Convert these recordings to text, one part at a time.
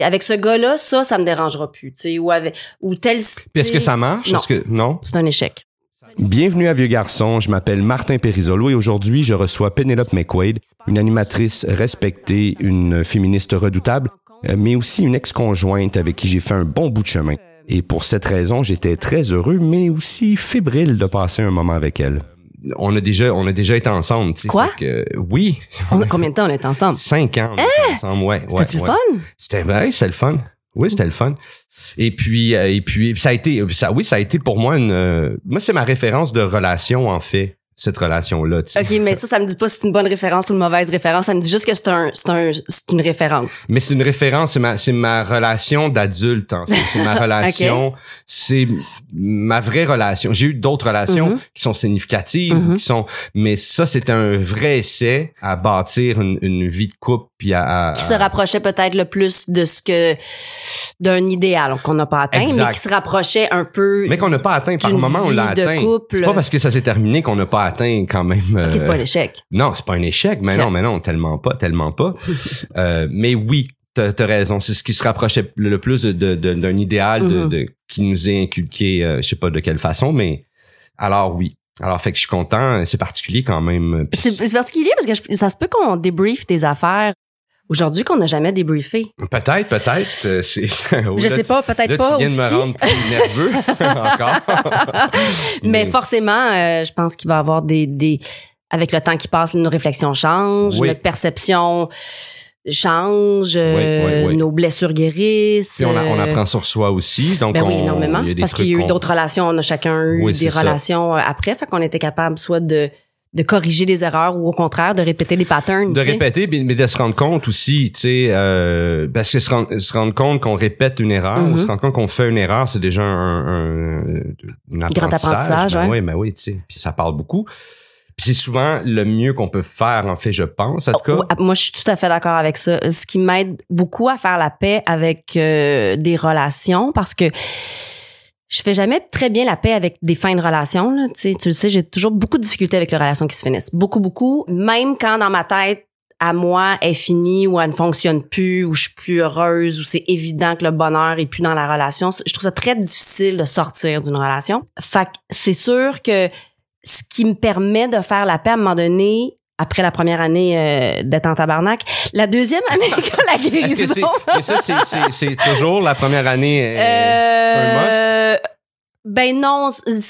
avec ce gars-là, ça me dérangera plus, tu sais, ou tel. Puis est-ce que ça marche? Non. C'est un échec. Bienvenue à Vieux Garçon, je m'appelle Martin Périsolo et aujourd'hui, je reçois Penelope McQuaid, une animatrice respectée, une féministe redoutable, mais aussi une ex-conjointe avec qui j'ai fait un bon bout de chemin. Et pour cette raison, j'étais très heureux, mais aussi fébrile de passer un moment avec elle. On a déjà été ensemble, tu sais. Quoi? Oui. Combien de temps on est ensemble? 5 ans, on était ensemble, ouais. C'était le fun? C'était le fun. Oui, c'était le fun. Et puis ça a été pour moi moi c'est ma référence de relation en fait, cette relation-là. Tu sais. OK, mais ça me dit pas si c'est une bonne référence ou une mauvaise référence, ça me dit juste que c'est une référence. Mais c'est une référence, c'est ma relation d'adulte en fait, c'est ma relation, okay. C'est ma vraie relation. J'ai eu d'autres relations qui sont significatives, mais ça c'était un vrai essai à bâtir une vie de couple puis qui se rapprochait peut-être le plus de d'un idéal qu'on n'a pas atteint, exact. Mais qui se rapprochait un peu. Mais qu'on n'a pas atteint. Par moment, on l'a atteint. C'est pas parce que ça s'est terminé qu'on n'a pas atteint quand même. OK, c'est pas un échec. Non, c'est pas un échec. Mais non, tellement pas. Mais oui, t'as raison. C'est ce qui se rapprochait le plus d'un idéal qui nous est inculqué, je sais pas de quelle façon, mais alors oui. Alors, fait que je suis content. C'est particulier quand même. C'est particulier parce que ça se peut qu'on débrief tes affaires aujourd'hui qu'on n'a jamais débriefé. Peut-être. Je sais pas, peut-être pas aussi. Tu viens aussi. de me rendre plus nerveux encore. Mais forcément, je pense qu'il va y avoir avec le temps qui passe, nos réflexions changent, notre perception change, nos blessures guérissent. Puis on apprend sur soi aussi. Donc oui, énormément. Parce qu'il y a eu d'autres relations, on a chacun eu des relations après, fait qu'on était capable soit de corriger des erreurs ou au contraire de répéter les patterns. Répéter, mais de se rendre compte aussi, tu sais, parce que se rendre compte qu'on répète une erreur ou se rendre compte qu'on fait une erreur, c'est déjà un grand apprentissage. Ben oui, tu sais, puis ça parle beaucoup. Puis c'est souvent le mieux qu'on peut faire, en fait, je pense, en tout cas. Moi, je suis tout à fait d'accord avec ça. Ce qui m'aide beaucoup à faire la paix avec des relations, parce que je fais jamais très bien la paix avec des fins de relation. Là. Tu le sais, j'ai toujours beaucoup de difficultés avec les relations qui se finissent. Beaucoup. Même quand dans ma tête, à moi, est finie ou elle ne fonctionne plus ou je suis plus heureuse ou c'est évident que le bonheur est plus dans la relation. Je trouve ça très difficile de sortir d'une relation. Fait que c'est sûr que ce qui me permet de faire la paix à un moment donné, après la première année d'être en tabarnak, la deuxième année quand la guérison. Mais ça, c'est toujours la première année. C'est un must? Ben non,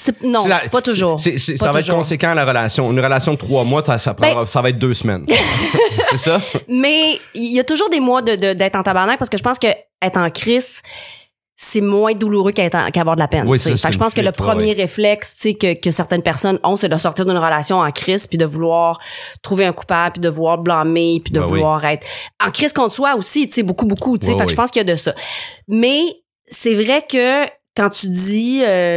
pas toujours. Ça va être conséquent la relation. Une relation de 3 mois, ça va être 2 semaines. C'est ça? Mais il y a toujours des mois d'être en tabarnak parce que je pense que être en crise, c'est moins douloureux qu'avoir de la peine. Oui, fait que je pense que le premier réflexe, tu sais, que certaines personnes ont, c'est de sortir d'une relation en crise puis de vouloir trouver un coupable puis de vouloir blâmer puis de vouloir être en crise contre soi aussi, tu sais, beaucoup, tu sais. Fait que je pense qu'il y a de ça. Mais c'est vrai que quand tu dis,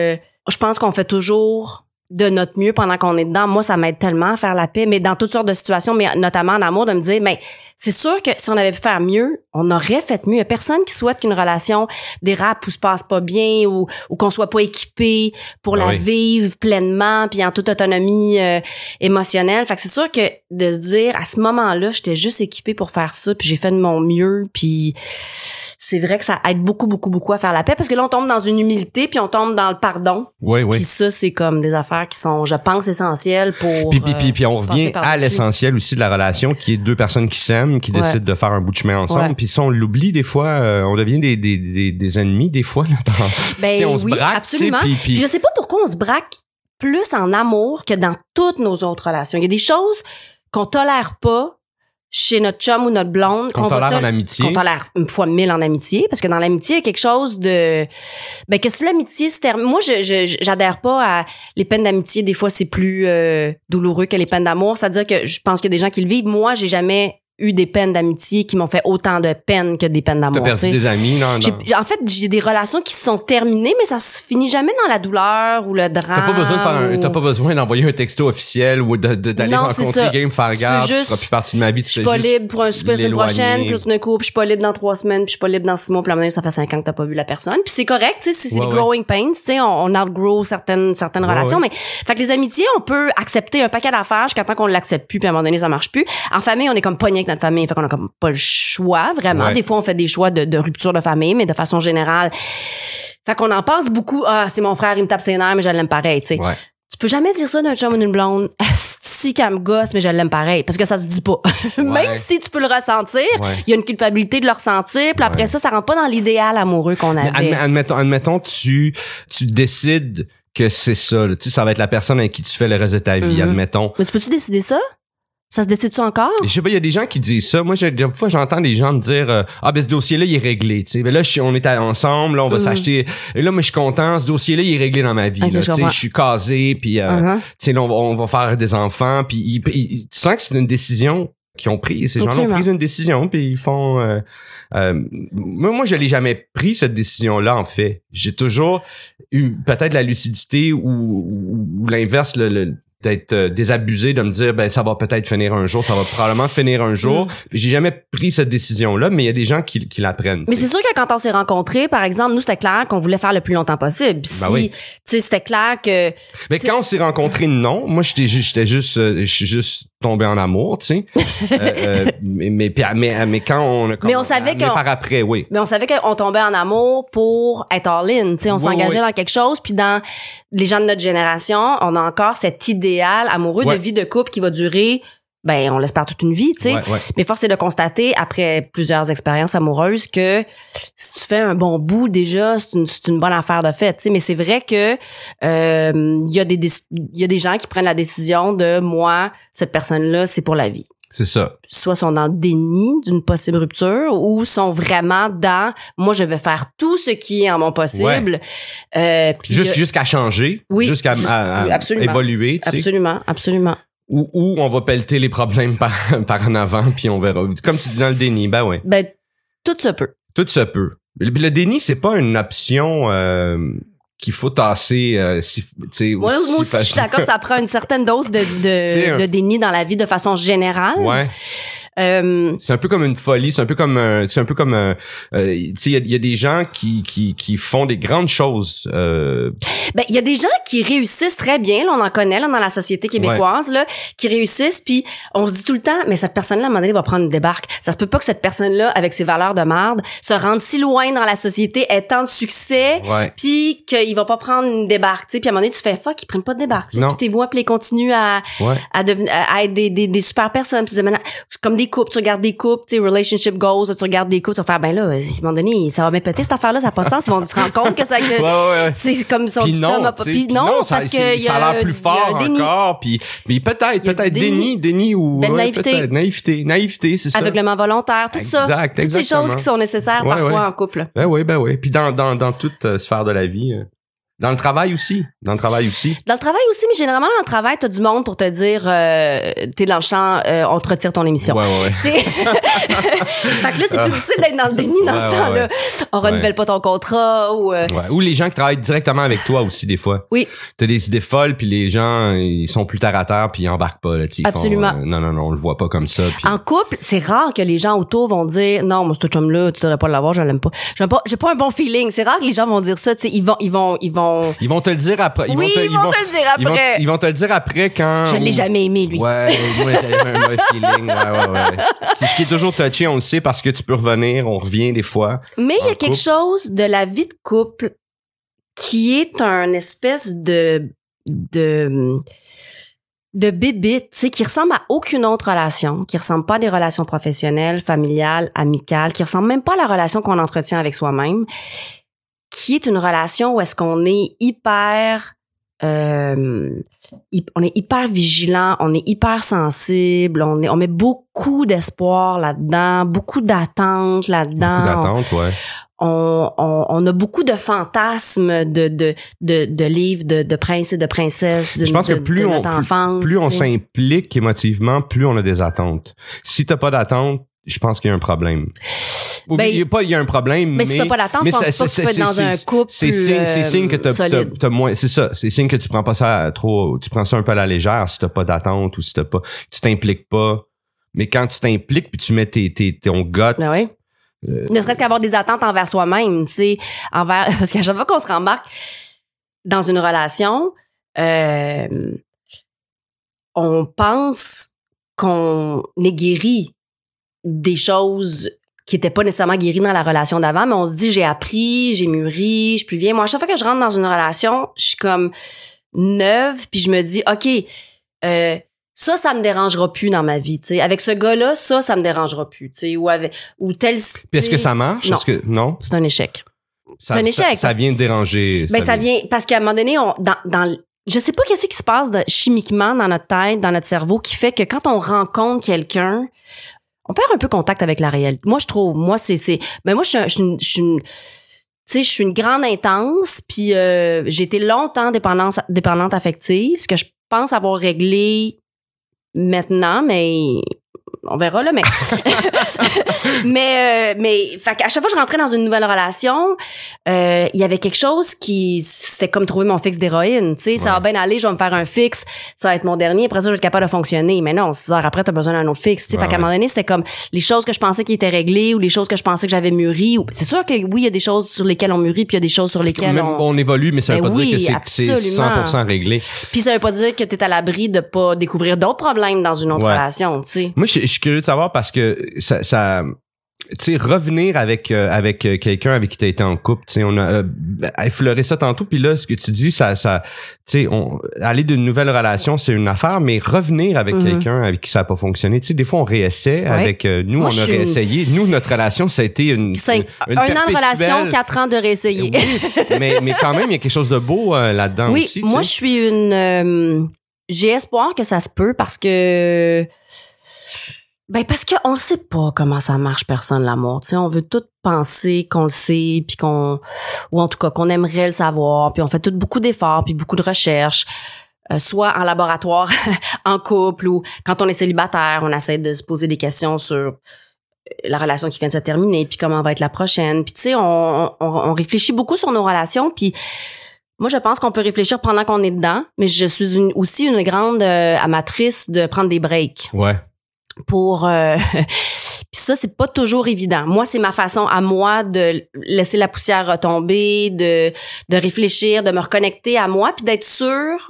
je pense qu'on fait toujours de notre mieux pendant qu'on est dedans. Moi, ça m'aide tellement à faire la paix, mais dans toutes sortes de situations, mais notamment en amour, de me dire, mais c'est sûr que si on avait pu faire mieux, on aurait fait mieux. Il y a personne qui souhaite qu'une relation dérape ou se passe pas bien ou qu'on soit pas équipé pour la vivre pleinement puis en toute autonomie émotionnelle. Fait que c'est sûr que de se dire, à ce moment-là, j'étais juste équipée pour faire ça puis j'ai fait de mon mieux puis c'est vrai que ça aide beaucoup à faire la paix parce que là, on tombe dans une humilité puis on tombe dans le pardon. Oui. Puis ça, c'est comme des affaires qui sont, je pense, essentielles pour... Puis on revient à l'essentiel aussi de la relation qui est 2 personnes qui s'aiment, qui décident de faire un bout de chemin ensemble. Puis ça, on l'oublie des fois. On devient des ennemis des fois. Là, on se braque. Absolument. Puis je sais pas pourquoi on se braque plus en amour que dans toutes nos autres relations. Il y a des choses qu'on tolère pas chez notre chum ou notre blonde. Qu'on tolère en amitié. Qu'on tolère une fois 1000 en amitié. Parce que dans l'amitié, il y a quelque chose de... Ben, que si l'amitié se termine... Moi, j'adhère pas à... Les peines d'amitié, des fois, c'est plus douloureux que les peines d'amour. C'est-à-dire que je pense qu'il y a des gens qui le vivent. Moi, j'ai jamais eu des peines d'amitié qui m'ont fait autant de peine que des peines d'amour. T'as perdu des amis, non? En fait, j'ai des relations qui se sont terminées, mais ça se finit jamais dans la douleur ou le drame. T'as pas besoin d'envoyer un texto officiel ou d'aller rencontrer Game faire garde, tu feras plus partie de ma vie. Je suis pas libre pour un souper la semaine prochaine, puis tout d'un coup, puis je suis pas libre dans 3 semaines, puis je suis pas libre dans 6 mois, puis à un moment donné, ça fait 5 ans que t'as pas vu la personne. Puis c'est correct, tu sais, c'est des growing pains, tu sais, on outgrow certaines relations, mais fait que les amitiés, on peut accepter un paquet d'affaires jusqu'à temps qu'on l'accepte plus, puis à un moment donné, ça marche plus. En famille, on est comme pogné avec notre famille. Fait qu'on a comme pas le choix, vraiment. Ouais. Des fois, on fait des choix de rupture de famille, mais de façon générale. Fait qu'on en pense beaucoup. Ah, c'est mon frère, il me tape ses nerfs, mais je l'aime pareil, tu sais. Ouais. Tu peux jamais dire ça d'un chum ou d'une blonde. Si qu'elle me gosse, mais je l'aime pareil. Parce que ça se dit pas. Même si tu peux le ressentir, il y a une culpabilité de le ressentir. Puis après ça rentre pas dans l'idéal amoureux qu'on avait. Mais admettons, tu décides que c'est ça. Là. Tu sais, ça va être la personne avec qui tu fais le reste de ta vie, admettons. Mais tu peux-tu décider ça? Ça se décide-tu encore? Je sais pas, il y a des gens qui disent ça. Moi, des fois, j'entends des gens me dire ce dossier-là, il est réglé. Tu sais, ben là, on est ensemble, là, on va s'acheter. Et là, moi, je suis content. Ce dossier-là, il est réglé dans ma vie. Okay, là, tu sais, je suis casé, puis tu sais, là, on va faire des enfants. Puis tu sens que c'est une décision qu'ils ont pris. Ces gens-là ont pris une décision, puis ils font. Moi, je l'ai jamais pris cette décision-là. En fait, j'ai toujours eu peut-être la lucidité ou l'inverse, d'être désabusé, de me dire ça va peut-être finir un jour, ça va probablement finir un jour. Puis j'ai jamais pris cette décision-là, mais il y a des gens qui la prennent. Mais c'est sûr que quand on s'est rencontrés, par exemple, nous c'était clair qu'on voulait faire le plus longtemps possible. Tu sais, c'était clair que. Mais quand on s'est rencontrés, non. Moi, je suis juste tombé en amour, tu sais. mais quand on a. Mais on savait que. Par après, oui. Mais on savait qu'on tombait en amour pour être all-in, tu sais. On s'engageait dans quelque chose, puis dans les gens de notre génération, on a encore cet idéal amoureux de vie de couple qui va durer, on l'espère toute une vie, tu sais. Mais force est de constater, après plusieurs expériences amoureuses, que si tu fais un bon bout, déjà, c'est une bonne affaire de fait, tu sais. Mais c'est vrai que il y a des gens qui prennent la décision de moi, cette personne-là, c'est pour la vie. C'est ça. Soit sont dans le déni d'une possible rupture ou sont vraiment dans moi je vais faire tout ce qui est en mon possible. Puis jusqu'à changer, jusqu'à évoluer, tu sais. Absolument. Ou on va pelleter les problèmes par en avant puis on verra. Comme tu dis dans le déni, tout se peut. Tout se peut. Le déni, c'est pas une option qu'il faut tasser moi aussi je suis d'accord que ça prend une certaine dose de déni dans la vie de façon générale. C'est un peu comme une folie, c'est un peu comme tu sais il y a des gens qui font des grandes choses. Il y a des gens qui réussissent très bien, là, on en connaît là dans la société québécoise là, qui réussissent puis on se dit tout le temps mais cette personne-là à un moment donné va prendre une débarque. Ça se peut pas que cette personne-là avec ses valeurs de marde se rende si loin dans la société, ait tant de succès puis qu'il va pas prendre une débarque, tu sais, puis à un moment donné tu fais fuck, ils prennent pas de débarque. Puis tes voix puis ils continuent à être des super personnes puis comme des couples, tu regardes des couples, tu sais, relationship goals, tu regardes des couples, tu vas faire, là, à un moment donné, ça va m'épéter cette affaire-là, ça n'a pas de sens, ils vont se rendre compte que ça, c'est comme son petit homme. Puis non, parce que ça a l'air plus fort encore, puis peut-être déni ou naïveté, c'est ça. Aveuglement volontaire, tout ça. Toutes ces choses qui sont nécessaires parfois en couple. Ben oui. Puis dans toute sphère de la vie. Dans le travail aussi. Dans le travail aussi, mais généralement, dans le travail, t'as du monde pour te dire, t'es dans le champ, on te retire ton émission. Fait que là, c'est plus difficile d'être dans le déni dans ce temps-là. On renouvelle pas ton contrat ou les gens qui travaillent directement avec toi aussi, des fois. Oui. T'as des idées folles, puis les gens, ils sont plus terre à terre, puis ils embarquent pas, là, absolument. Non, on le voit pas comme ça. Pis... En couple, c'est rare que les gens autour vont dire, non, moi, ce chum-là, tu devrais pas l'avoir, je l'aime pas. J'ai pas un bon feeling. C'est rare que les gens vont dire ça, tu sais, ils vont te le dire après. Ils vont te le dire après. Ils vont te le dire après quand. Je l'ai jamais aimé, lui. Ouais, moi, j'avais un mauvais feeling. Ouais. Ce qui est toujours touché, on le sait, parce que tu peux revenir, on revient des fois. Mais il y a quelque chose de la vie de couple qui est un espèce de bébite, tu sais, qui ressemble à aucune autre relation, qui ressemble pas à des relations professionnelles, familiales, amicales, qui ressemble même pas à la relation qu'on entretient avec soi-même, qui est une relation où est-ce qu'on est hyper vigilant, on est hyper sensible, on met beaucoup d'espoir là-dedans, beaucoup d'attentes là-dedans. Beaucoup d'attentes, ouais. On a beaucoup de fantasmes de livres de princes et de princesses je pense que plus on s'implique émotivement, plus on a des attentes. Si t'as pas d'attente, je pense qu'il y a un problème. Il y a un problème, mais si t'as pas d'attente, je pense pas que tu peux être dans un couple c'est signe que t'as moins, c'est ça, c'est signe que tu prends pas ça tu prends ça un peu à la légère si t'as pas d'attente ou si tu t'impliques pas. Mais quand tu t'impliques puis tu mets ton gut. Ben oui. Ne serait-ce qu'avoir des attentes envers soi-même, tu sais, parce qu'à chaque fois qu'on se remarque dans une relation, on pense qu'on est guéri des choses qui étaient pas nécessairement guéries dans la relation d'avant, mais on se dit, j'ai appris, j'ai mûri, je suis plus vieille. Moi, à chaque fois que je rentre dans une relation, je suis comme neuve, puis je me dis, OK, ça me dérangera plus dans ma vie, tu sais. Avec ce gars-là, ça me dérangera plus, tu sais. Ou tel. Puis est-ce que ça marche? Non. Non? C'est un échec. C'est un échec. Ça vient de déranger. Ben, ça vient, parce qu'à un moment donné, je sais pas qu'est-ce qui se passe chimiquement dans notre tête, dans notre cerveau, qui fait que quand on rencontre quelqu'un, on perd un peu contact avec la réalité. Moi, je trouve, moi, moi, je suis une grande intense, puis j'ai été longtemps dépendante affective, ce que je pense avoir réglé maintenant, mais on verra là, mais fait qu'à chaque fois que je rentrais dans une nouvelle relation, il y avait quelque chose c'était comme trouver mon fixe d'héroïne, tu sais, ça va bien aller, je vais me faire un fixe, ça va être mon dernier, après ça je vais être capable de fonctionner, mais non, 6 heures après t'as besoin d'un autre fixe, tu sais, fait qu'à un moment donné c'était comme les choses que je pensais qui étaient réglées ou les choses que je pensais que j'avais mûries, c'est sûr que oui, il y a des choses sur lesquelles on mûrit, puis il y a des choses sur lesquelles on évolue, mais ça veut pas dire que c'est 100% réglé. Puis ça veut pas dire que t'es à l'abri de pas découvrir d'autres problèmes dans une autre relation, tu sais. Moi je suis curieux de savoir parce que ça tu sais, revenir avec quelqu'un avec qui t'as été en couple, tu sais, on a effleuré ça tantôt, puis là ce que tu dis, ça tu sais, aller d'une nouvelle relation c'est une affaire, mais revenir avec quelqu'un avec qui ça a pas fonctionné, tu sais, des fois on réessaie avec nous. Moi, on a réessayé, nous notre relation ça a été une an de relation, 4 ans de réessayer. Oui, mais quand même il y a quelque chose de beau là-dedans aussi. Oui, moi je suis j'ai espoir que ça se peut parce que parce qu'on sait pas comment ça marche, personne, l'amour. Tu sais, on veut tout penser qu'on le sait, puis ou en tout cas qu'on aimerait le savoir, puis on fait tout beaucoup d'efforts, puis beaucoup de recherches, soit en laboratoire, en couple, ou quand on est célibataire, on essaie de se poser des questions sur la relation qui vient de se terminer, puis comment va être la prochaine. Puis tu sais, on réfléchit beaucoup sur nos relations, puis moi, je pense qu'on peut réfléchir pendant qu'on est dedans, mais je suis aussi une grande amatrice de prendre des breaks. Ouais. Puis ça c'est pas toujours évident. Moi c'est ma façon à moi de laisser la poussière retomber, de réfléchir, de me reconnecter à moi puis d'être sûre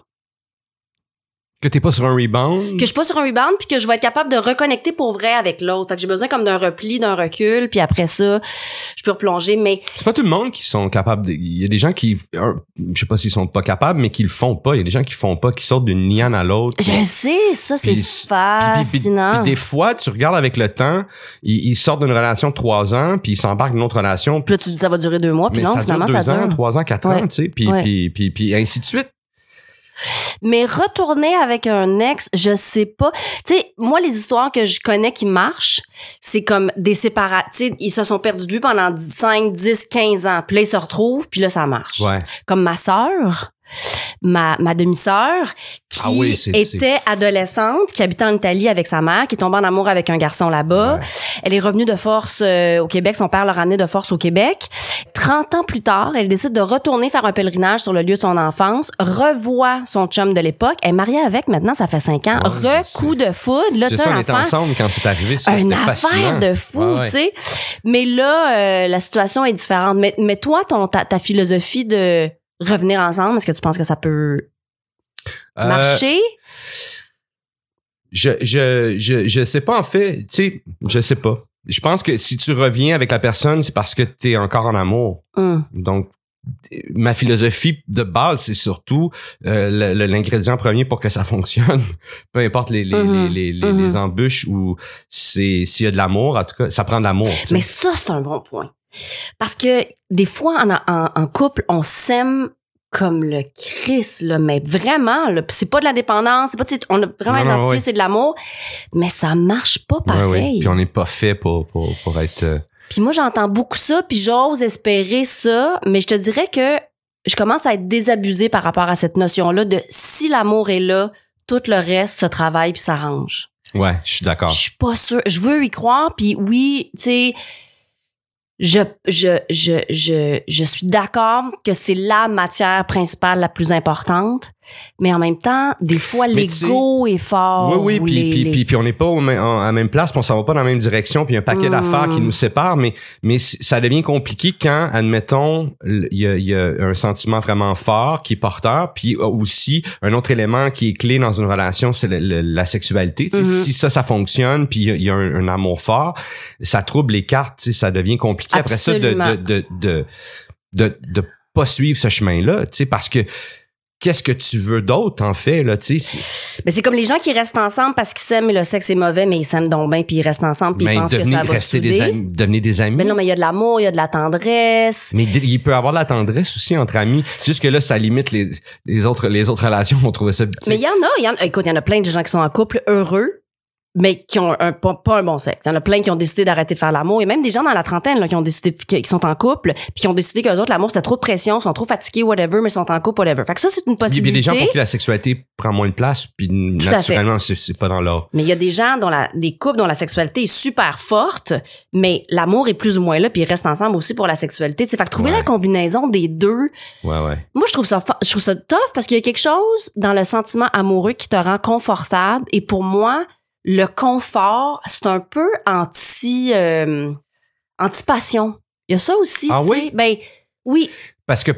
que t'es pas sur un rebound. Que je suis pas sur un rebound puis que je vais être capable de reconnecter pour vrai avec l'autre. Fait que j'ai besoin comme d'un repli, d'un recul, puis après ça, je peux replonger, mais c'est pas tout le monde qui sont capables il y a des gens qui je sais pas s'ils sont pas capables mais qui le font pas, il y a des gens qui font pas, qui sortent d'une liane à l'autre. Je le sais, ça c'est fascinant. Puis des fois, tu regardes avec le temps, ils sortent d'une relation de 3 ans, puis ils s'embarquent dans une autre relation. Puis là tu dis ça va durer 2 mois, puis non, finalement ça dure 3 ans, 4 ans, tu sais, puis ainsi de suite. Mais retourner avec un ex, je sais pas. Tu sais, moi, les histoires que je connais qui marchent, c'est comme des séparats. Tu sais, ils se sont perdus de vue pendant 5, 10, 15 ans. Puis là, ils se retrouvent, puis là, ça marche. Ouais. Comme ma sœur, ma demi-sœur, qui était adolescente, qui habitait en Italie avec sa mère, qui est tombée en amour avec un garçon là-bas. Ouais. Elle est revenue de force au Québec. Son père l'a ramenée de force au Québec. 30 ans plus tard, elle décide de retourner faire un pèlerinage sur le lieu de son enfance, revoit son chum de l'époque, elle est mariée avec, maintenant ça fait 5 ans, coup de foudre, là, tu sais, on était ensemble quand c'est arrivé, ça, c'était fascinant. Une affaire de fou, tu sais. Mais là, la situation est différente. Mais toi, ta philosophie de revenir ensemble, est-ce que tu penses que ça peut marcher? Je sais pas, en fait, tu sais, je sais pas. Je pense que si tu reviens avec la personne, c'est parce que t'es encore en amour. Donc, ma philosophie de base, c'est surtout l'ingrédient premier pour que ça fonctionne. Peu importe les embûches ou s'il y a de l'amour, en tout cas, ça prend de l'amour. Mais ça, c'est un bon point. Parce que des fois, en couple, on s'aime comme le Christ, là, mais vraiment, là, c'est pas de la dépendance, c'est pas, on a vraiment identifié, c'est de l'amour, mais ça marche pas pareil. Oui. Puis on n'est pas fait pour être... Puis moi, j'entends beaucoup ça, puis j'ose espérer ça, mais je te dirais que je commence à être désabusée par rapport à cette notion-là de si l'amour est là, tout le reste se travaille puis s'arrange. Ouais, je suis d'accord. Je suis pas sûre, je veux y croire, puis oui, tu sais... Je suis d'accord que c'est la matière principale la plus importante, Mais en même temps, des fois, l'ego est fort. Oui, puis on n'est pas à la même place, puis on s'en va pas dans la même direction, puis il y a un paquet d'affaires qui nous séparent, mais ça devient compliqué quand, admettons, il y a un sentiment vraiment fort qui est porteur, puis aussi un autre élément qui est clé dans une relation, c'est la sexualité. Si ça fonctionne, puis il y a un amour fort, ça trouble les cartes, ça devient compliqué. Absolument. Après ça de pas suivre ce chemin-là, parce que qu'est-ce que tu veux d'autre, en fait, là, tu sais? Mais c'est comme les gens qui restent ensemble parce qu'ils s'aiment, mais le sexe est mauvais, mais ils s'aiment donc bien, puis ils restent ensemble, puis ils pensent que ça va souder. Devenir des amis. Mais non, mais il y a de l'amour, il y a de la tendresse. Mais il peut y avoir de la tendresse aussi entre amis. C'est juste que là, ça limite les autres relations, on trouvait ça... Mais il y en a, écoute, il y en a plein de gens qui sont en couple heureux, mais qui ont pas un bon sexe. Il y en a plein qui ont décidé d'arrêter de faire l'amour. Et même des gens dans la trentaine là, qui ont décidé qui sont en couple, puis qui ont décidé qu'eux autres, l'amour, c'était trop de pression, sont trop fatigués, whatever, mais sont en couple, whatever. Fait que ça, c'est une possibilité. Il y a des gens pour qui la sexualité prend moins de place, puis naturellement, c'est pas dans l'ordre. Mais il y a des gens des couples dont la sexualité est super forte, mais l'amour est plus ou moins là, puis ils restent ensemble aussi pour la sexualité. T'sais, fait que trouver la combinaison des deux. Ouais. Moi, je trouve ça tough parce qu'il y a quelque chose dans le sentiment amoureux qui te rend confortable. Et pour moi, le confort, c'est un peu anti-passion. Il y a ça aussi, ah, tu sais. Oui? Ben, oui. Parce que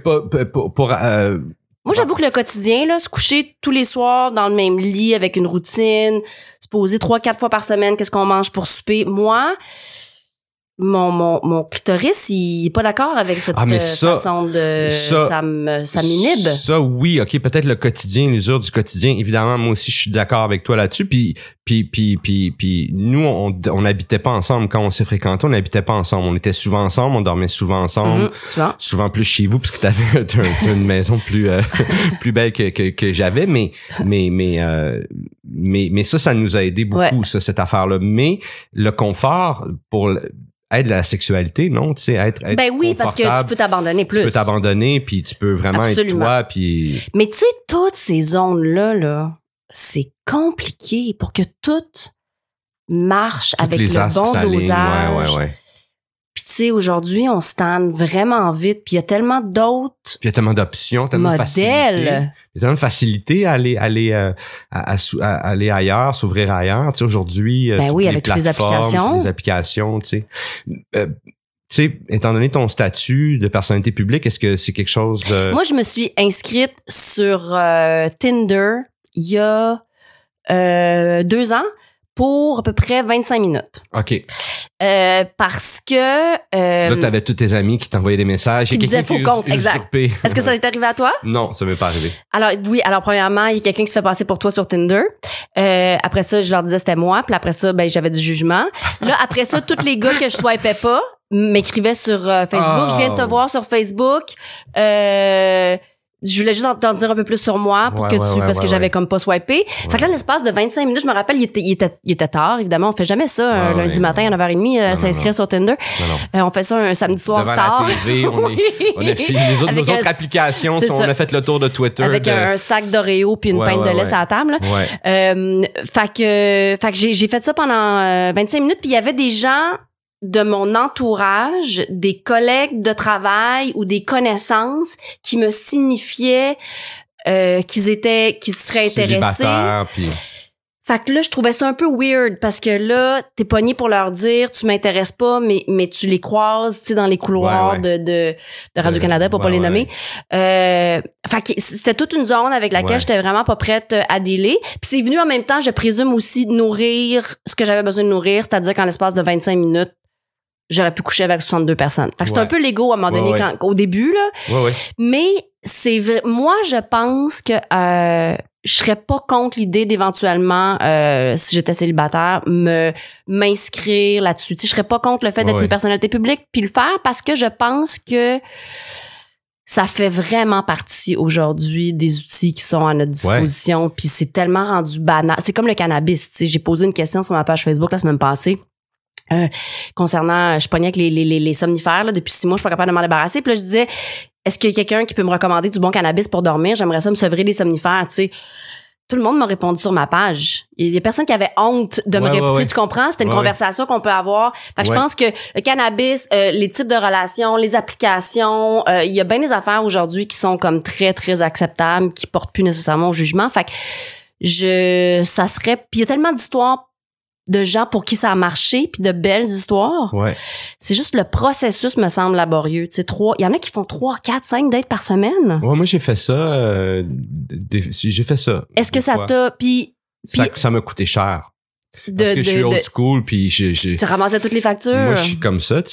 Moi, j'avoue que le quotidien, là, se coucher tous les soirs dans le même lit avec une routine, se poser 3-4 fois par semaine, qu'est-ce qu'on mange pour souper. Moi, mon clitoris, il est pas d'accord avec cette façon de... Ça m'inhibe. Ça, oui, OK, peut-être le quotidien, l'usure du quotidien. Évidemment, moi aussi, je suis d'accord avec toi là-dessus. Puis nous, on n'habitait pas ensemble. Quand on s'est fréquentés, on n'habitait pas ensemble. On était souvent ensemble, on dormait souvent ensemble. Souvent plus chez vous, parce que t'avais une maison plus belle que j'avais. Mais ça nous a aidé beaucoup, cette affaire-là. Mais le confort pour... être la sexualité, non? Tu sais, être ben oui, parce que tu peux t'abandonner plus. Tu peux t'abandonner, puis tu peux vraiment être toi, puis... Mais tu sais, toutes ces zones-là, c'est compliqué pour que tout marche avec le bon dosage. Ouais. Puis tu sais, aujourd'hui, on se tanne vraiment vite, puis il y a tellement d'autres... Puis il y a tellement d'options, tellement de facilité. Il y a tellement de facilité à aller ailleurs, s'ouvrir ailleurs. Tu sais, aujourd'hui, avec toutes les applications, tu sais. Tu sais, étant donné ton statut de personnalité publique, est-ce que c'est quelque chose... Moi, je me suis inscrite sur Tinder il y a 2 ans pour à peu près 25 minutes. OK. Parce que... là, t'avais tous tes amis qui t'envoyaient des messages. Qui disaient faux compte, exact. Est-ce que ça t'est arrivé à toi? Non, ça m'est pas arrivé. Alors, oui. Alors, premièrement, il y a quelqu'un qui se fait passer pour toi sur Tinder. Après ça, je leur disais c'était moi. Puis après ça, j'avais du jugement. Là, après ça, tous les gars que je swipais pas m'écrivaient sur Facebook. Je viens de te voir sur Facebook. Je voulais juste t'en dire un peu plus sur moi pour parce que j'avais comme pas swipé. Fait que là, l'espace de 25 minutes, je me rappelle, il était tard, évidemment. On fait jamais ça un lundi matin à 9h30, s'inscrire sur Tinder. On fait ça un samedi soir devant tard. La TV, on a fini nos autres applications. On a fait le tour de Twitter. Avec un sac d'Oreo puis une pinte de lait à la table. Fait que j'ai fait ça pendant 25 minutes puis il y avait des gens de mon entourage, des collègues de travail ou des connaissances qui me signifiaient qu'ils seraient intéressés. Fait que là, je trouvais ça un peu weird parce que là, t'es pogné pour leur dire tu m'intéresses pas, mais tu les croises, tu sais, dans les couloirs de Radio-Canada pour pas les nommer. Fait que c'était toute une zone avec laquelle j'étais vraiment pas prête à dealer. Puis c'est venu en même temps, je présume aussi, de nourrir ce que j'avais besoin de nourrir, c'est-à-dire qu'en l'espace de 25 minutes, j'aurais pu coucher avec 62 personnes. Fait que c'est un peu l'ego à un moment donné au début, là. Mais c'est vrai, moi, je pense que je serais pas contre l'idée d'éventuellement, si j'étais célibataire, m'inscrire là-dessus. Tu sais, je serais pas contre le fait d'être une personnalité publique puis le faire parce que je pense que ça fait vraiment partie aujourd'hui des outils qui sont à notre disposition puis c'est tellement rendu banal. C'est comme le cannabis, tu sais. J'ai posé une question sur ma page Facebook la semaine passée. Concernant, je pognais avec les somnifères, là, depuis 6 mois, je suis pas capable de m'en débarrasser. Puis là, je disais, est-ce qu'il y a quelqu'un qui peut me recommander du bon cannabis pour dormir? J'aimerais ça me sevrer des somnifères, tu sais. tout le monde m'a répondu sur ma page. Il y a personne qui avait honte de me répondre. Tu comprends? C'était une conversation qu'on peut avoir. Fait que je pense que le cannabis, les types de relations, les applications, il y a bien des affaires aujourd'hui qui sont comme très, très acceptables, qui portent plus nécessairement au jugement. Fait que ça serait... Puis il y a tellement d'histoires de gens pour qui ça a marché, puis de belles histoires. Ouais. C'est juste le processus me semble laborieux. Tu sais, il y en a qui font 3, 4, 5 dates par semaine. Ouais, moi j'ai fait ça. J'ai fait ça. Est-ce que ça t'a... Ça m'a coûté cher. Parce que je suis old school, puis tu ramassais toutes les factures. Moi, je suis comme ça, tu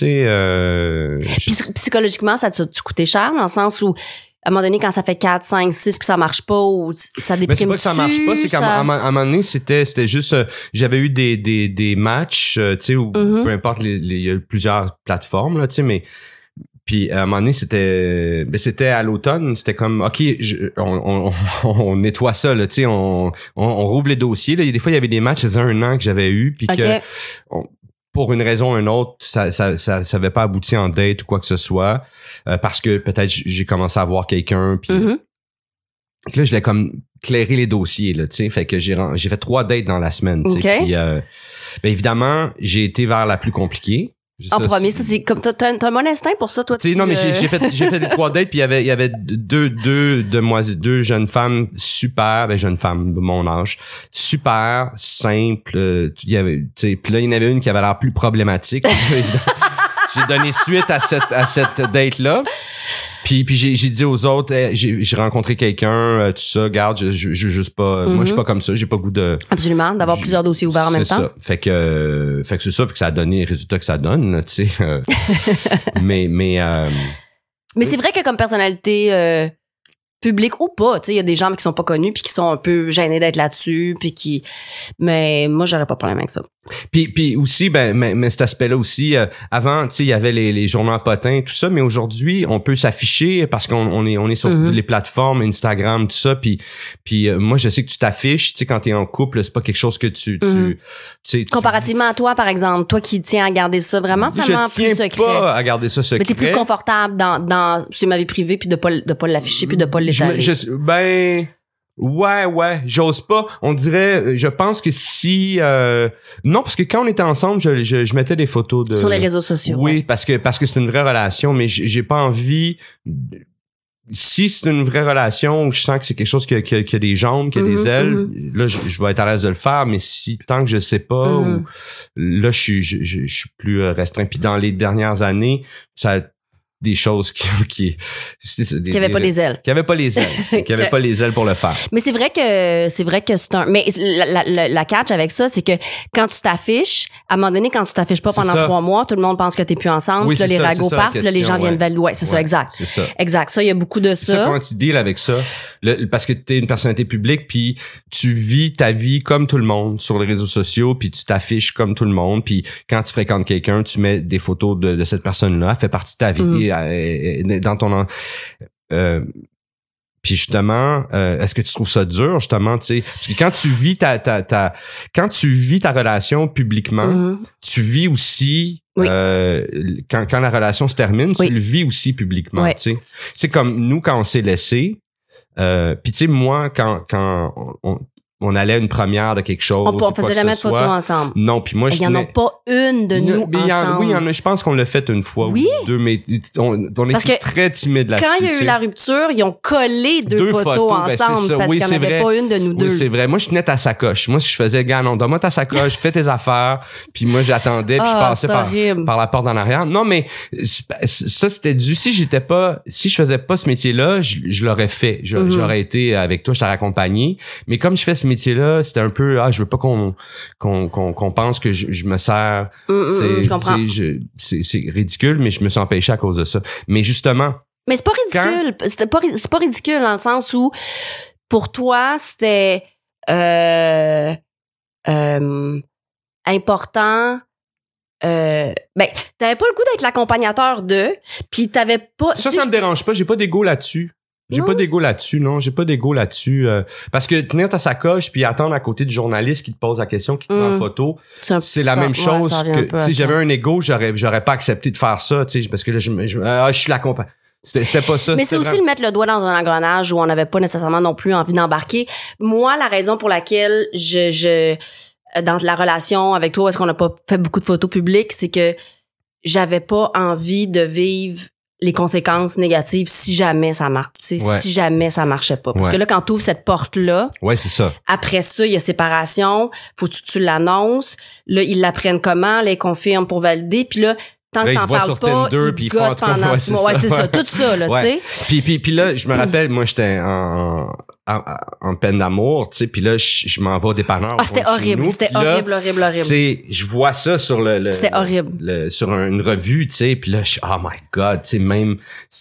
sais. Psychologiquement, ça t'a coûté cher dans le sens où à un moment donné, quand ça fait 4, 5, 6 que ça marche pas ou ça déprime. Mais c'est pas que ça marche pas, c'est qu'à un moment donné, c'était juste, j'avais eu des matchs, tu sais, où peu importe, il y a plusieurs plateformes, là, tu sais, mais puis à un moment donné, c'était à l'automne, c'était comme, OK, on nettoie ça, là, tu sais, on rouvre les dossiers, là. Des fois, il y avait des matchs, ça faisait 1 an que j'avais eu, puis que pour une raison ou une autre, ça avait pas abouti en date ou quoi que ce soit, parce que peut-être j'ai commencé à voir quelqu'un, puis là, je voulais comme clairer les dossiers, là, tu sais, fait que j'ai fait 3 dates dans la semaine, tu sais, puis ben évidemment, j'ai été vers la plus compliquée. En premier, ça c'est comme t'as un bon instinct pour ça, toi. Non, mais j'ai fait des 3 dates, puis il y avait deux jeunes femmes super, jeunes femmes de mon âge, super simple. Il y avait, tu sais, puis là il y en avait une qui avait l'air plus problématique. J'ai donné suite à cette date là. Puis j'ai dit aux autres, j'ai rencontré quelqu'un, tout ça, garde, je juste pas, moi je suis pas comme ça, j'ai pas goût de... Absolument, d'avoir plusieurs dossiers ouverts en même temps. C'est ça, fait que c'est ça, fait que ça a donné les résultats que ça donne, tu sais. Mais c'est vrai que comme personnalité publique ou pas, tu sais, il y a des gens qui sont pas connus puis qui sont un peu gênés d'être là-dessus puis mais moi j'aurais pas de problème avec ça. Puis aussi mais cet aspect-là aussi avant, tu sais, il y avait les journaux à potins tout ça, mais aujourd'hui on peut s'afficher parce qu'on est sur les plateformes Instagram tout ça, puis moi je sais que tu t'affiches, tu sais, quand t'es en couple, c'est pas quelque chose que tu sais comparativement à toi par exemple, toi qui tiens à garder ça vraiment plus secret. Je tiens pas à garder ça secret. Mais t'es plus confortable dans c'est ma vie privée puis de pas l'afficher puis de pas l'étaler. Ouais, j'ose pas. On dirait, je pense que si non, parce que quand on était ensemble, je mettais des photos de sur les réseaux sociaux. Oui, parce que c'est une vraie relation, mais j'ai pas envie. Si c'est une vraie relation où je sens que c'est quelque chose qui a des jambes, qui a des ailes, là je vais être à l'aise de le faire. Mais si tant que je sais pas, là je suis plus restreint. Puis dans les dernières années, ça des choses qui avaient pas les ailes. Qui avaient pas les ailes. Qui avaient pas les ailes pour le faire. Mais c'est vrai que c'est un, mais la catch avec ça, c'est que quand tu t'affiches, à un moment donné, quand tu t'affiches pas pendant 3 mois, tout le monde pense que t'es plus ensemble, puis là, les ragots partent, puis là, les gens viennent valider. Ouais, c'est ça, exact. C'est ça. Exact. Ça, il y a beaucoup de ça. C'est ça, comment tu deals avec ça? Parce que t'es une personnalité publique, puis tu vis ta vie comme tout le monde sur les réseaux sociaux, puis tu t'affiches comme tout le monde, puis quand tu fréquentes quelqu'un, tu mets des photos de cette personne-là, elle fait partie de ta vie, dans ton puis justement, est-ce que tu trouves ça dur justement, tu sais, parce que quand tu vis ta relation publiquement, tu vis aussi quand la relation se termine, tu le vis aussi publiquement, tu sais. C'est comme nous quand on s'est laissé, puis tu sais moi quand on allait à une première de quelque chose. On faisait jamais de photos ensemble. Non, puis moi, il y en a pas une de nous ensemble. Oui, il y en a. Je pense qu'on l'a fait une fois ou 2, mais on était très timide là-dessus. Quand il y a eu la rupture, ils ont collé 2 photos ensemble parce qu'il n'y en avait pas une de nous deux. Oui, c'est vrai. Moi, je tenais ta sacoche. Moi, si je faisais, gars, non, donne-moi ta sacoche, fais tes affaires. Puis moi, j'attendais, puis je passais par la porte en arrière. Non, mais ça, c'était dû. Si je faisais pas ce métier-là, je l'aurais fait. J'aurais été avec toi, je t'aurais accompagné. Mais comme je fais ce métier-là, c'était un peu je veux pas qu'on pense que je me sers. C'est ridicule, mais je me suis empêché à cause de ça. Mais justement. Mais c'est pas ridicule. C'est pas ridicule dans le sens où pour toi c'était important. T'avais pas le goût d'être l'accompagnateur puis t'avais pas. Ça me dérange pas. J'ai pas d'ego là-dessus. J'ai pas d'ego là-dessus, non. J'ai pas d'ego là-dessus. Parce que tenir ta sacoche puis attendre à côté du journaliste qui te pose la question, qui te prend en photo, c'est la même chose que si j'avais un ego, j'aurais pas accepté de faire ça, tu sais, parce que là, je suis l'accompagnateur. C'était pas ça. Mais c'est aussi le mettre le doigt dans un engrenage où on n'avait pas nécessairement non plus envie d'embarquer. Moi, la raison pour laquelle je dans la relation avec toi, est-ce qu'on n'a pas fait beaucoup de photos publiques, c'est que j'avais pas envie de vivre les conséquences négatives si jamais ça marche, si jamais ça marchait pas. Parce que là, quand tu ouvres cette porte-là, c'est ça. Après ça, il y a séparation, faut que tu l'annonces, là, ils l'apprennent comment, là, ils confirment pour valider, puis là, tant que t'en parles pas, ils gottent pendant 6 mois. Ouais, c'est ça, tout ça, là, tu sais. Puis là, je me rappelle, moi, j'étais en peine d'amour, tu sais, puis là, je m'en vais au dépanneur. Ah, c'était horrible, horrible. Tu sais, je vois ça sur c'était horrible. Sur une revue, tu sais, puis là, oh my God, tu sais, même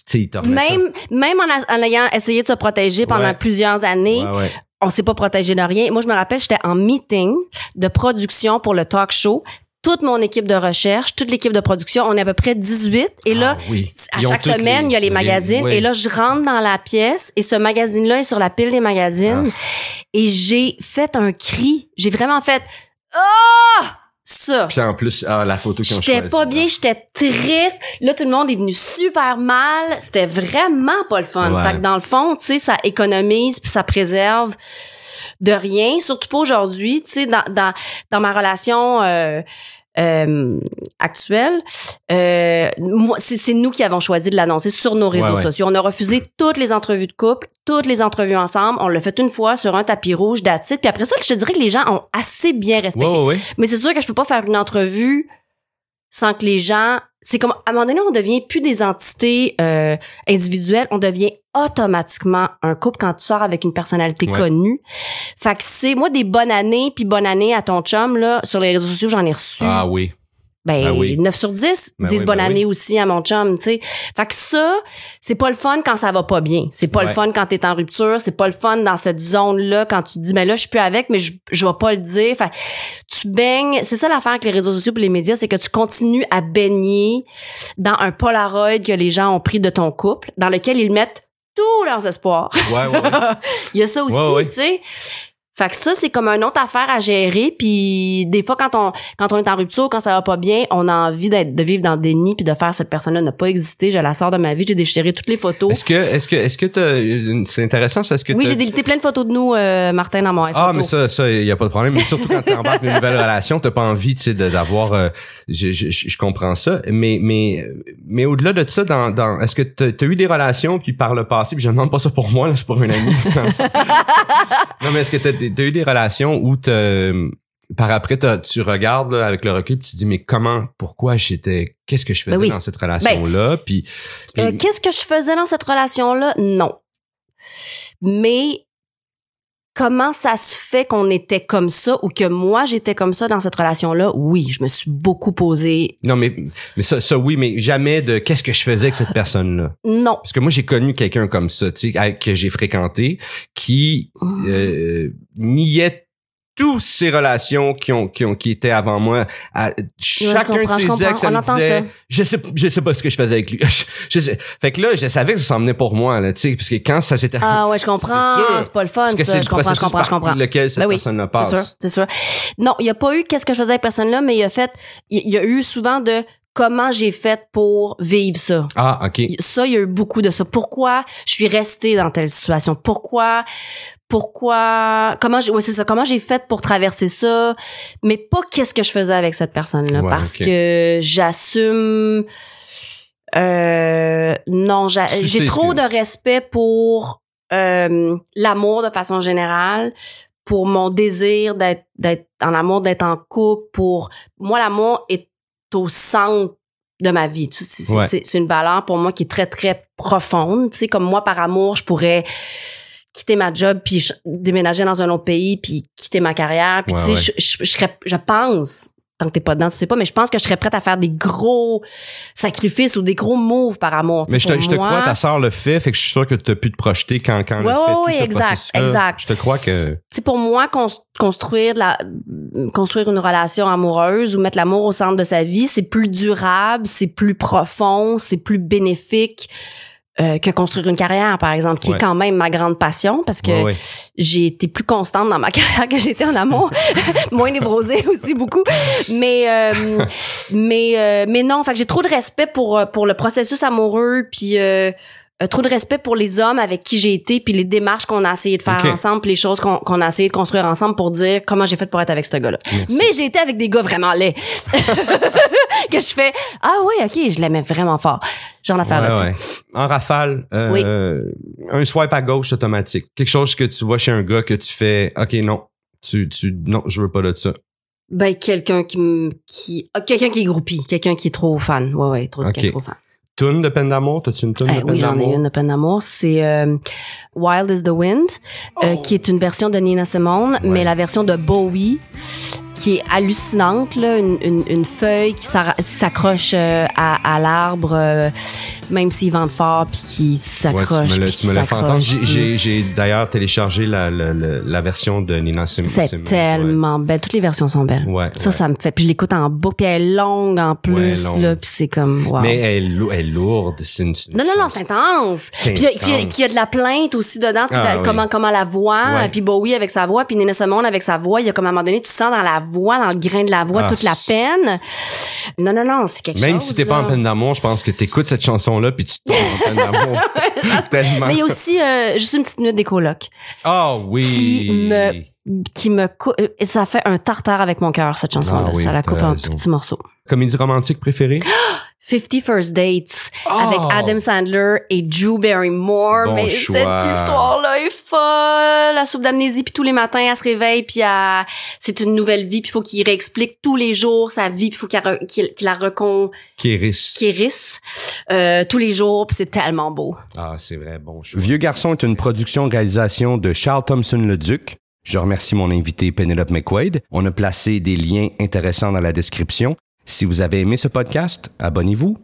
en ayant essayé de se protéger pendant plusieurs années, on s'est pas protégé de rien. Moi, je me rappelle, j'étais en meeting de production pour le talk show. Toute mon équipe de recherche, toute l'équipe de production, on est à peu près 18. Et là, à chaque semaine, il y a les magazines. Et là, je rentre dans la pièce et ce magazine-là est sur la pile des magazines. Et j'ai fait un cri. J'ai vraiment fait « Oh! » Ça. Puis en plus, la photo qu'ils ont choisie. J'étais pas bien, j'étais triste. Là, tout le monde est venu super mal. C'était vraiment pas le fun. Fait que dans le fond, tu sais, ça économise puis ça préserve de rien, surtout pas aujourd'hui, tu sais, dans ma relation actuelle, moi, c'est nous qui avons choisi de l'annoncer sur nos réseaux sociaux. On a refusé toutes les entrevues de couple, toutes les entrevues ensemble. On l'a fait une fois sur un tapis rouge d'attitude. Puis après ça, je te dirais que les gens ont assez bien respecté. Mais c'est sûr que je peux pas faire une entrevue sans que les gens... C'est comme, à un moment donné, on devient plus des entités individuelles, on devient automatiquement un couple quand tu sors avec une personnalité connue. Fait que c'est, moi, des bonnes années, puis bonne année à ton chum, là, sur les réseaux sociaux, j'en ai reçu. Ah oui. 9 sur 10 disent bonne année aussi à mon chum, tu sais. Fait que ça, c'est pas le fun quand ça va pas bien. C'est pas le fun quand t'es en rupture. C'est pas le fun dans cette zone-là quand tu te dis, mais là, je suis plus avec, mais je vais pas le dire. Fait tu baignes. C'est ça l'affaire avec les réseaux sociaux et les médias, c'est que tu continues à baigner dans un Polaroid que les gens ont pris de ton couple, dans lequel ils mettent tous leurs espoirs. Il y a ça aussi, tu sais. Fait que ça, c'est comme une autre affaire à gérer. Puis des fois, quand on est en rupture, quand ça va pas bien, on a envie de vivre dans le déni puis de faire cette personne-là n'a pas existé. Je la sors de ma vie. J'ai déchiré toutes les photos. Est-ce que c'est intéressant ça? Oui, j'ai délité plein de photos de nous, Martin, dans mon iPhone. Ah, mais ça, y a pas de problème. Mais surtout quand t'es embarques dans une nouvelle relation, t'as pas envie, tu sais, d'avoir. Je comprends ça. Mais au-delà de ça, dans est-ce que t'as eu des relations puis par le passé, puis je demande pas ça pour moi, là, c'est pour une amie. Non, mais est-ce que t'as eu des relations où par après tu regardes là, avec le recul puis tu te dis mais pourquoi qu'est-ce que je faisais dans cette relation-là puis qu'est-ce que je faisais dans cette relation-là? Non. Mais comment ça se fait qu'on était comme ça ou que moi j'étais comme ça dans cette relation-là? Oui, je me suis beaucoup posé. Non, mais ça oui, mais jamais de qu'est-ce que je faisais avec cette personne-là. Non. Parce que moi j'ai connu quelqu'un comme ça, tu sais, que j'ai fréquenté, qui niait toutes ces relations qui étaient avant moi. Chacun de ses ex, ça me disait, je sais pas ce que je faisais avec lui. Fait que là, je savais que ça s'en venait pour moi, là, tu sais, parce que quand ça s'était... Ah ouais, je comprends. C'est pas le fun, ça. C'est je comprends. Lequel cette personne-là passe. C'est sûr. Non, il y a pas eu qu'est-ce que je faisais avec personne-là, mais il y a eu souvent de comment j'ai fait pour vivre ça. Ah, OK. Ça, il y a eu beaucoup de ça. Pourquoi je suis restée dans telle situation? Pourquoi, comment j'ai fait pour traverser ça, mais pas qu'est-ce que je faisais avec cette personne-là, parce que j'assume, non, j'ai trop de respect pour l'amour de façon générale, pour mon désir d'être en amour, d'être en couple, pour moi, l'amour est au centre de ma vie. C'est une valeur pour moi qui est très, très profonde. Tu sais, comme moi, par amour, je pourrais quitter ma job puis déménager dans un autre pays puis quitter ma carrière puis tu sais je pense, tant que t'es pas dedans tu sais pas, mais je pense que je serais prête à faire des gros sacrifices ou des gros moves par amour. Mais je te crois, ta sœur le fait que je suis sûr que t'as pu te projeter quand elle fait tout ce processus-là. Exact. Je te crois que... Tu sais, pour moi, construire une relation amoureuse ou mettre l'amour au centre de sa vie, c'est plus durable, c'est plus profond, c'est plus bénéfique que construire une carrière, par exemple, qui est quand même ma grande passion, parce que j'ai été plus constante dans ma carrière que j'étais en amour, moins névrosée aussi beaucoup, mais non, fait que j'ai trop de respect pour le processus amoureux, puis trop de respect pour les hommes avec qui j'ai été, puis les démarches qu'on a essayé de faire ensemble, puis les choses qu'on a essayé de construire ensemble pour dire comment j'ai fait pour être avec ce gars-là. Merci. Mais j'ai été avec des gars vraiment laids. Que je fais, ah oui, OK, je l'aimais vraiment fort. Genre d'affaire là, tu sais. En rafale, un swipe à gauche automatique. Quelque chose que tu vois chez un gars que tu fais, OK, non, non, je veux pas de ça. Ben, quelqu'un qui est groupie, quelqu'un qui est trop fan. Ouais, trop fan. Tune de peine d'amour? T'as-tu une tune de peine d'amour? Oui, j'en ai une de peine d'amour. C'est Wild is the Wind, qui est une version de Nina Simone, mais la version de Bowie, qui est hallucinante, là, une feuille qui s'accroche à l'arbre, même s'il vente fort, puis qui s'accroche. Tu me l'as fait entendre. J'ai d'ailleurs téléchargé la version de Nina Simone. C'est tellement belle. Toutes les versions sont belles. Ça me fait. Puis je l'écoute en boucle, puis elle est longue en plus, là, puis c'est comme wow. Mais elle est lourde. Non, c'est intense. Puis il y a de la plainte aussi dedans, comment la voix, puis Bowie avec sa voix, puis Nina Simone avec sa voix. Il y a comme à un moment donné, tu sens dans la voix, dans le grain de la voix, toute la peine. Non, c'est quelque chose. Même si t'es pas en peine d'amour, je pense que t'écoutes cette chanson-là puis tu tombes en peine d'amour. Tellement. Mais il y a aussi juste une petite minute des colocs. Ah oui. Ça fait un tartare avec mon cœur, cette chanson-là. Ça la coupe en tout petits morceaux. Comédie romantique préférée? 50 First Dates avec Adam Sandler et Drew Barrymore. Bon mais choix. Cette histoire-là est folle. La soupe d'amnésie, puis tous les matins, elle se réveille, puis c'est une nouvelle vie, puis il faut qu'il réexplique tous les jours sa vie, puis il faut qu'il la guérisse tous les jours, puis c'est tellement beau. Ah, c'est vrai, bon choix. Vieux garçon est une production-réalisation de Charles Thompson-Leduc. Je remercie mon invité Penelope McQuaid. On a placé des liens intéressants dans la description. Si vous avez aimé ce podcast, abonnez-vous,